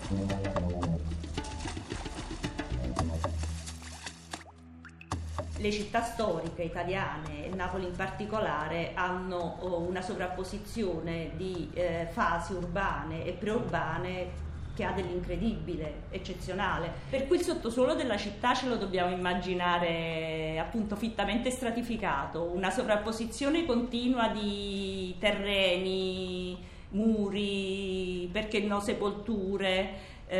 Le città storiche italiane, e Napoli in particolare, hanno una sovrapposizione di fasi urbane e preurbane che ha dell'incredibile, eccezionale. Per cui il sottosuolo della città ce lo dobbiamo immaginare appunto fittamente stratificato, una sovrapposizione continua di terreni, muri, perché no, sepolture,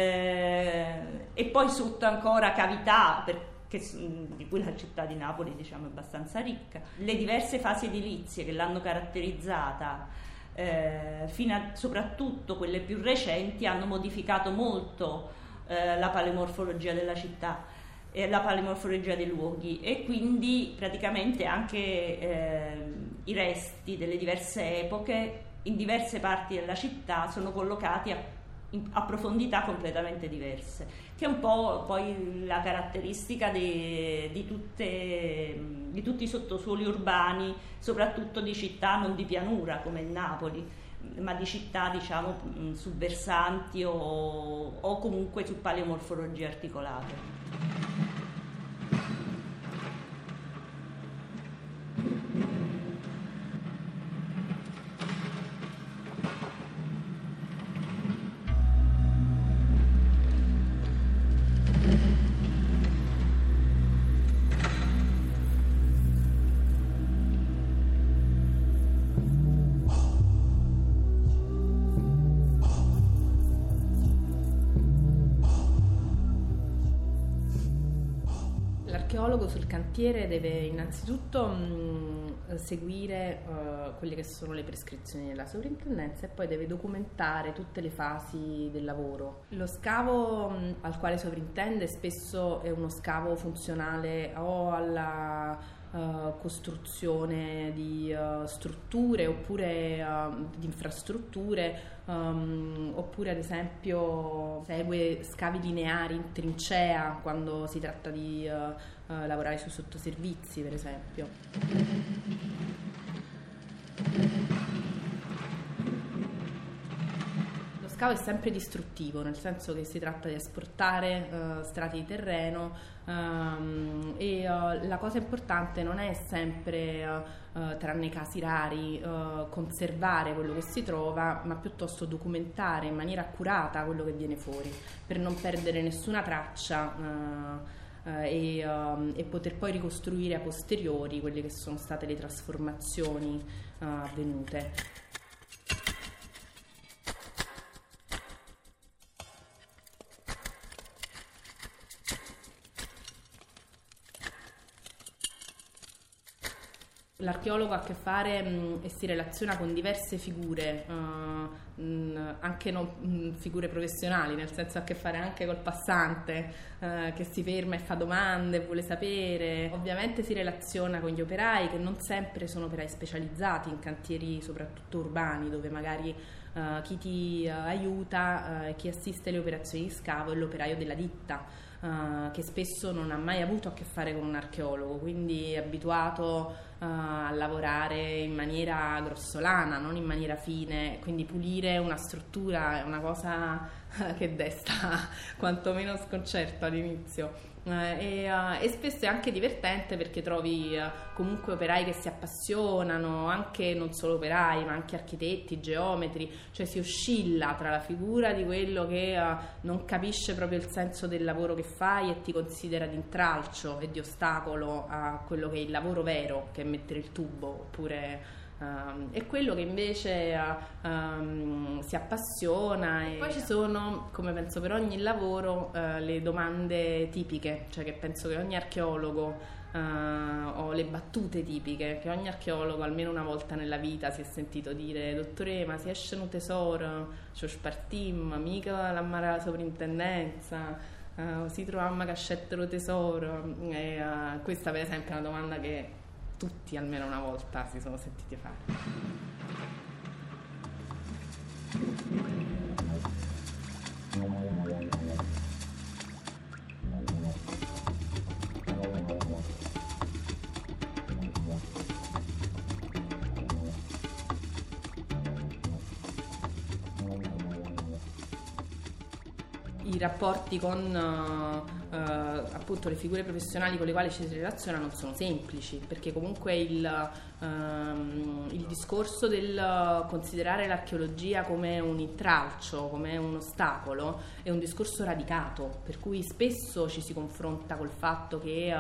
e poi sotto ancora cavità, di cui la città di Napoli, diciamo, è abbastanza ricca. Le diverse fasi edilizie che l'hanno caratterizzata, soprattutto quelle più recenti, hanno modificato molto la paleomorfologia della città e la paleomorfologia dei luoghi, e quindi praticamente anche i resti delle diverse epoche in diverse parti della città sono collocati a profondità completamente diverse, che è un po' poi la caratteristica di tutti i sottosuoli urbani, soprattutto di città non di pianura come Napoli, ma di città, diciamo, subversanti o comunque su paleomorfologie articolate. L'archeologo sul cantiere deve innanzitutto seguire quelle che sono le prescrizioni della sovrintendenza e poi deve documentare tutte le fasi del lavoro. Lo scavo al quale sovrintende spesso è uno scavo funzionale o alla costruzione di strutture oppure di infrastrutture, oppure ad esempio segue scavi lineari in trincea quando si tratta di lavorare su sottoservizi, per esempio. Lo scavo è sempre distruttivo, nel senso che si tratta di asportare strati di terreno, e la cosa importante non è sempre, tranne casi rari, conservare quello che si trova, ma piuttosto documentare in maniera accurata quello che viene fuori, per non perdere nessuna traccia e poter poi ricostruire a posteriori quelle che sono state le trasformazioni avvenute. L'archeologo ha a che fare e si relaziona con diverse figure, anche non figure professionali, nel senso ha a che fare anche col passante che si ferma e fa domande e vuole sapere. Ovviamente si relaziona con gli operai, che non sempre sono operai specializzati in cantieri soprattutto urbani, dove magari chi ti aiuta, chi assiste alle operazioni di scavo è l'operaio della ditta, che spesso non ha mai avuto a che fare con un archeologo, quindi è abituato a lavorare in maniera grossolana, non in maniera fine, quindi pulire una struttura è una cosa che desta quantomeno sconcerto all'inizio. E spesso è anche divertente, perché trovi comunque operai che si appassionano, anche non solo operai ma anche architetti, geometri, cioè si oscilla tra la figura di quello che non capisce proprio il senso del lavoro che fai e ti considera di intralcio e di ostacolo a quello che è il lavoro vero, che è mettere il tubo, oppure è quello che invece si appassiona. E poi ci sono, come penso per ogni lavoro, le domande tipiche, cioè che penso che ogni archeologo, o le battute tipiche che ogni archeologo almeno una volta nella vita si è sentito dire: dottore, ma si esce un tesoro, ci spartim, mica la sovrintendenza, si trova a cascette lo tesoro. Questa per esempio è una domanda che tutti almeno una volta si sono sentiti fare. i rapporti con appunto le figure professionali con le quali ci si relaziona non sono semplici, perché comunque il discorso del considerare l'archeologia come un intralcio, come un ostacolo, è un discorso radicato, per cui spesso ci si confronta col fatto che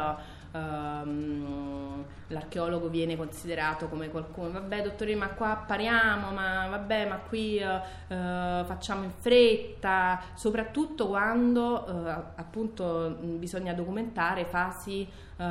l'archeologo viene considerato come qualcuno, vabbè dottore, ma qua appariamo, ma vabbè, ma qui facciamo in fretta, soprattutto quando appunto bisogna documentare fasi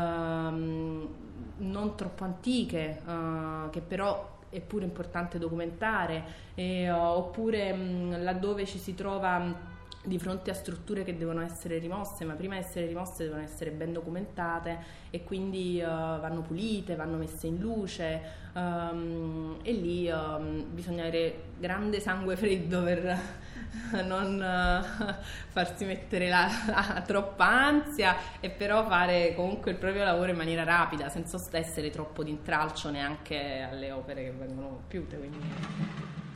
non troppo antiche, che però è pure importante documentare, oppure laddove ci si trova di fronte a strutture che devono essere rimosse, ma prima di essere rimosse devono essere ben documentate e quindi vanno pulite, vanno messe in luce, e lì bisogna avere grande sangue freddo per non farsi mettere la troppa ansia, e però fare comunque il proprio lavoro in maniera rapida, senza essere troppo d'intralcio neanche alle opere che vengono compiute. Quindi.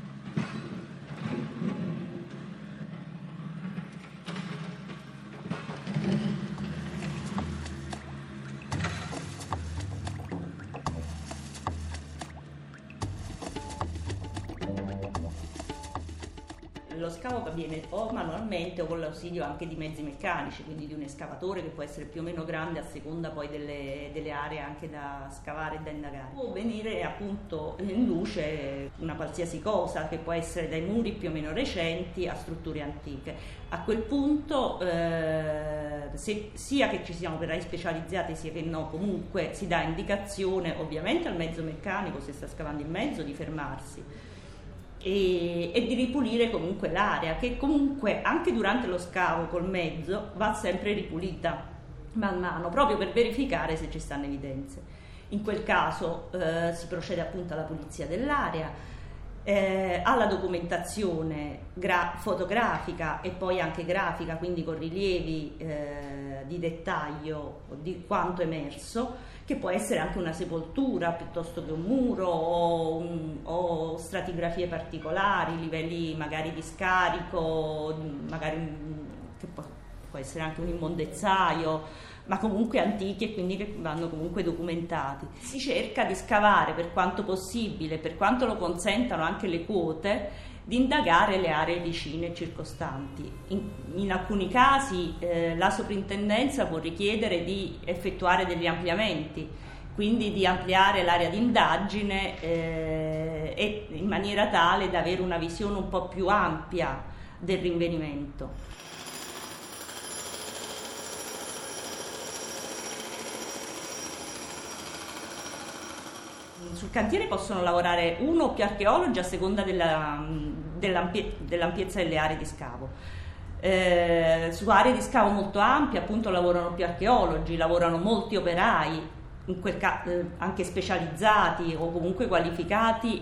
Lo scavo avviene o manualmente o con l'ausilio anche di mezzi meccanici, quindi di un escavatore che può essere più o meno grande a seconda poi delle aree anche da scavare e da indagare. Può venire appunto in luce una qualsiasi cosa, che può essere dai muri più o meno recenti a strutture antiche. A quel punto sia che ci siano operai specializzati sia che no, comunque si dà indicazione ovviamente al mezzo meccanico, se sta scavando in mezzo, di fermarsi e di ripulire comunque l'area, che comunque anche durante lo scavo col mezzo va sempre ripulita man mano, proprio per verificare se ci stanno evidenze. In quel caso si procede appunto alla pulizia dell'area, alla documentazione fotografica e poi anche grafica, quindi con rilievi di dettaglio di quanto emerso, che può essere anche una sepoltura piuttosto che un muro o stratigrafie particolari, livelli magari di scarico, magari che può essere anche un immondezzaio, ma comunque antichi e quindi che vanno comunque documentati. Si cerca di scavare per quanto possibile, per quanto lo consentano anche le quote, di indagare le aree vicine e circostanti. In alcuni casi la soprintendenza può richiedere di effettuare degli ampliamenti, quindi di ampliare l'area di indagine e in maniera tale da avere una visione un po' più ampia del rinvenimento. Sul cantiere possono lavorare uno o più archeologi a seconda dell'ampiezza delle aree di scavo. Su aree di scavo molto ampie appunto lavorano più archeologi, lavorano molti operai, in quel anche specializzati o comunque qualificati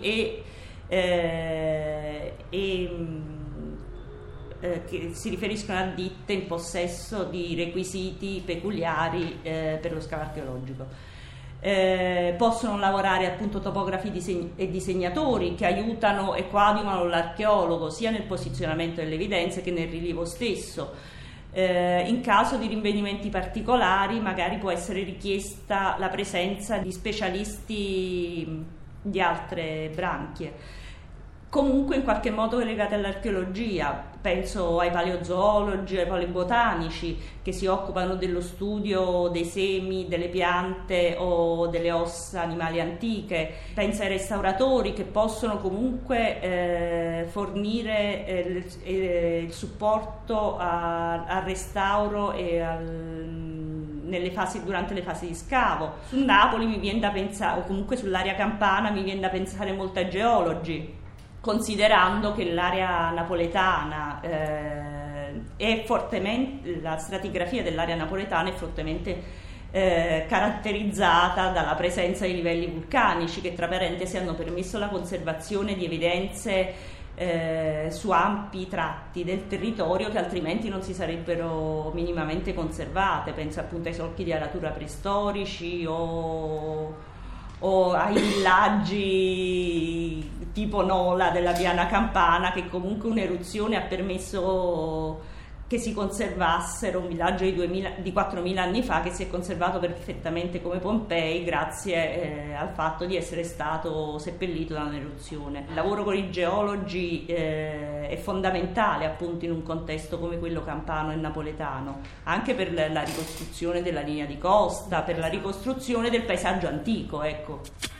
che si riferiscono a ditte in possesso di requisiti peculiari per lo scavo archeologico. Possono lavorare appunto topografi e disegnatori che aiutano e coadiuvano l'archeologo sia nel posizionamento delle evidenze che nel rilievo stesso. In caso di rinvenimenti particolari magari può essere richiesta la presenza di specialisti di altre branchie, comunque in qualche modo legate all'archeologia. Penso ai paleozoologi, ai paleobotanici che si occupano dello studio dei semi, delle piante o delle ossa animali antiche. Penso ai restauratori che possono comunque fornire il supporto al restauro e durante le fasi di scavo. Su Napoli mi viene da pensare, o comunque sull'area campana mi viene da pensare molto ai geologi, considerando che l'area napoletana la stratigrafia dell'area napoletana è fortemente caratterizzata dalla presenza di livelli vulcanici che tra parentesi hanno permesso la conservazione di evidenze su ampi tratti del territorio che altrimenti non si sarebbero minimamente conservate. Penso appunto ai solchi di aratura preistorici o ai villaggi tipo Nola della Piana Campana, che comunque un'eruzione ha permesso che si conservassero, un villaggio di 4.000 anni fa che si è conservato perfettamente come Pompei grazie al fatto di essere stato seppellito da un'eruzione. Il lavoro con i geologi è fondamentale appunto in un contesto come quello campano e napoletano, anche per la ricostruzione della linea di costa, per la ricostruzione del paesaggio antico, ecco.